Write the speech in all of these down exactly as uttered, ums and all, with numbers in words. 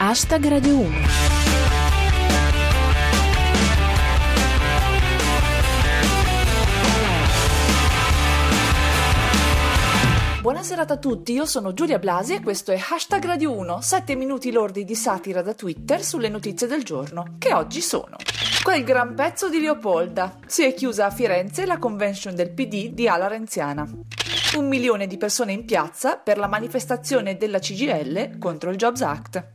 Hashtag Radio uno. Buona serata a tutti, io sono Giulia Blasi e questo è Hashtag Radio uno, sette minuti lordi di satira da Twitter sulle notizie del giorno, che oggi sono: quel gran pezzo di Leopolda, si è chiusa a Firenze la convention del P D di ala renziana. Un milione di persone in piazza per la manifestazione della C G I L contro il Jobs Act.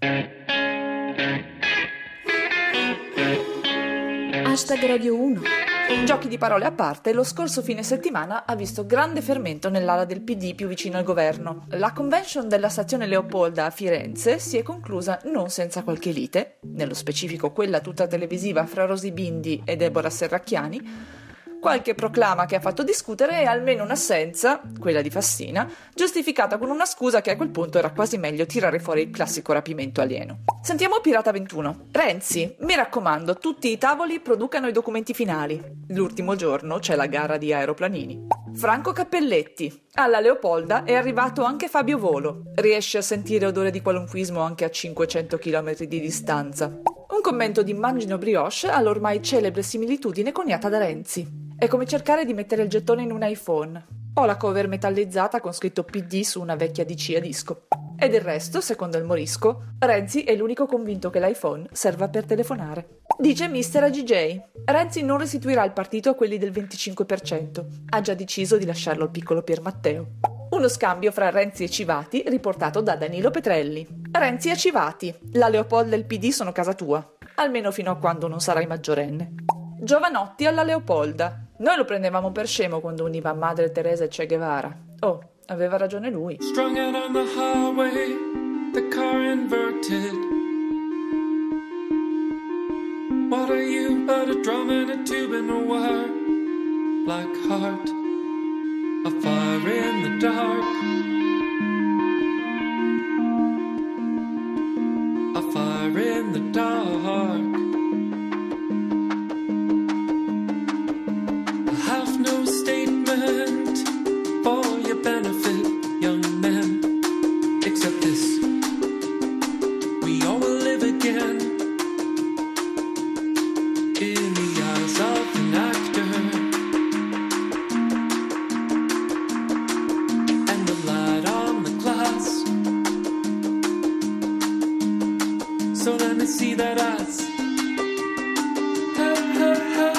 Hashtag Radio uno. Giochi di parole a parte, lo scorso fine settimana ha visto grande fermento nell'ala del P D più vicino al governo. La convention della stazione Leopolda a Firenze si è conclusa non senza qualche lite, nello specifico quella tutta televisiva fra Rosy Bindi e Deborah Serracchiani, qualche proclama che ha fatto discutere e almeno un'assenza, quella di Fassina, giustificata con una scusa che a quel punto era quasi meglio tirare fuori il classico rapimento alieno. Sentiamo Pirata ventuno. Renzi, mi raccomando, tutti i tavoli producano i documenti finali. L'ultimo giorno c'è la gara di aeroplanini. Franco Cappelletti. Alla Leopolda è arrivato anche Fabio Volo. Riesce a sentire odore di qualunquismo anche a cinquecento chilometri di distanza. Un commento di Mangino Brioche all'ormai celebre similitudine coniata da Renzi. È come cercare di mettere il gettone in un iPhone. Ho la cover metallizzata con scritto P D su una vecchia D C a disco. E del resto, secondo il Morisco, Renzi è l'unico convinto che l'iPhone serva per telefonare. Dice mister A G J. Renzi non restituirà il partito a quelli del venticinque per cento. Ha già deciso di lasciarlo al piccolo Pier Matteo. Uno scambio fra Renzi e Civati riportato da Danilo Petrelli. Renzi e Civati. La Leopolda e il P D sono casa tua. Almeno fino a quando non sarai maggiorenne. Giovanotti alla Leopolda. Noi lo prendevamo per scemo quando univa Madre Teresa e Che Guevara. Oh, aveva ragione lui. Strung out on the highway, the car inverted. What are you but a drum and a tube and a wire? Black heart, a fire in the dark. A fire in the dark. For your benefit, young men, except this: we all will live again in the eyes of an actor, and the light on the glass. So let me see that eyes. Hey, hey, hey.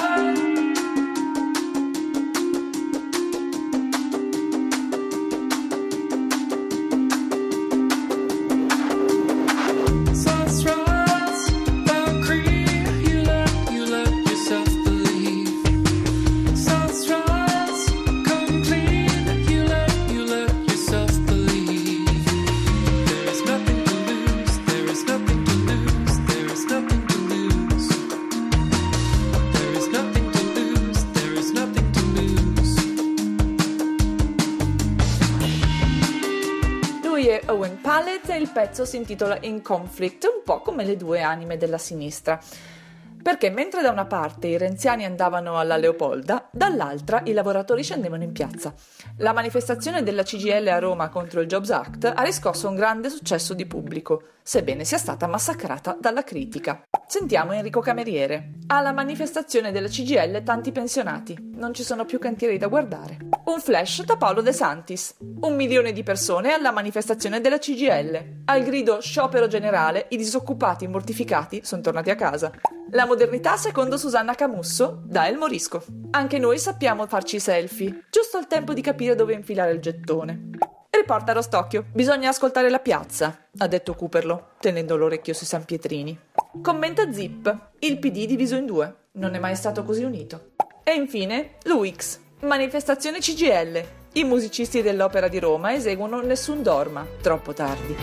Owen Pallett e il pezzo si intitola In Conflict, un po' come le due anime della sinistra. Perché mentre da una parte i renziani andavano alla Leopolda, dall'altra i lavoratori scendevano in piazza. La manifestazione della C G I L a Roma contro il Jobs Act ha riscosso un grande successo di pubblico, sebbene sia stata massacrata dalla critica. Sentiamo Enrico Cameriere. Alla manifestazione della C G I L tanti pensionati, non ci sono più cantieri da guardare. Un flash da Paolo De Santis. Un milione di persone alla manifestazione della C G I L. Al grido sciopero generale, i disoccupati mortificati sono tornati a casa. La modernità secondo Susanna Camusso da El Morisco. Anche noi sappiamo farci selfie, giusto il tempo di capire dove infilare il gettone. Riporta Rostocchio. Bisogna ascoltare la piazza, ha detto Cooperlo, tenendo l'orecchio sui San Pietrini. Commenta Zip. Il P D diviso in due. Non è mai stato così unito. E infine Luix. Manifestazione C G I L. I musicisti dell'Opera di Roma eseguono Nessun dorma, troppo tardi.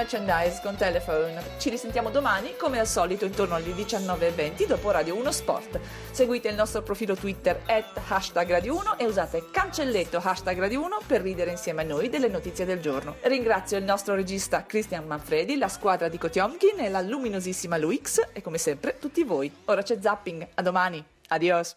merchandise con Telephone. Ci risentiamo domani, come al solito, intorno alle diciannove e venti dopo Radio uno Sport. Seguite il nostro profilo Twitter at hashtag Radio uno e usate cancelletto hashtag Radio uno per ridere insieme a noi delle notizie del giorno. Ringrazio il nostro regista Christian Manfredi, la squadra di Kotiomkin e la luminosissima Luix e come sempre tutti voi. Ora c'è zapping, a domani, adios!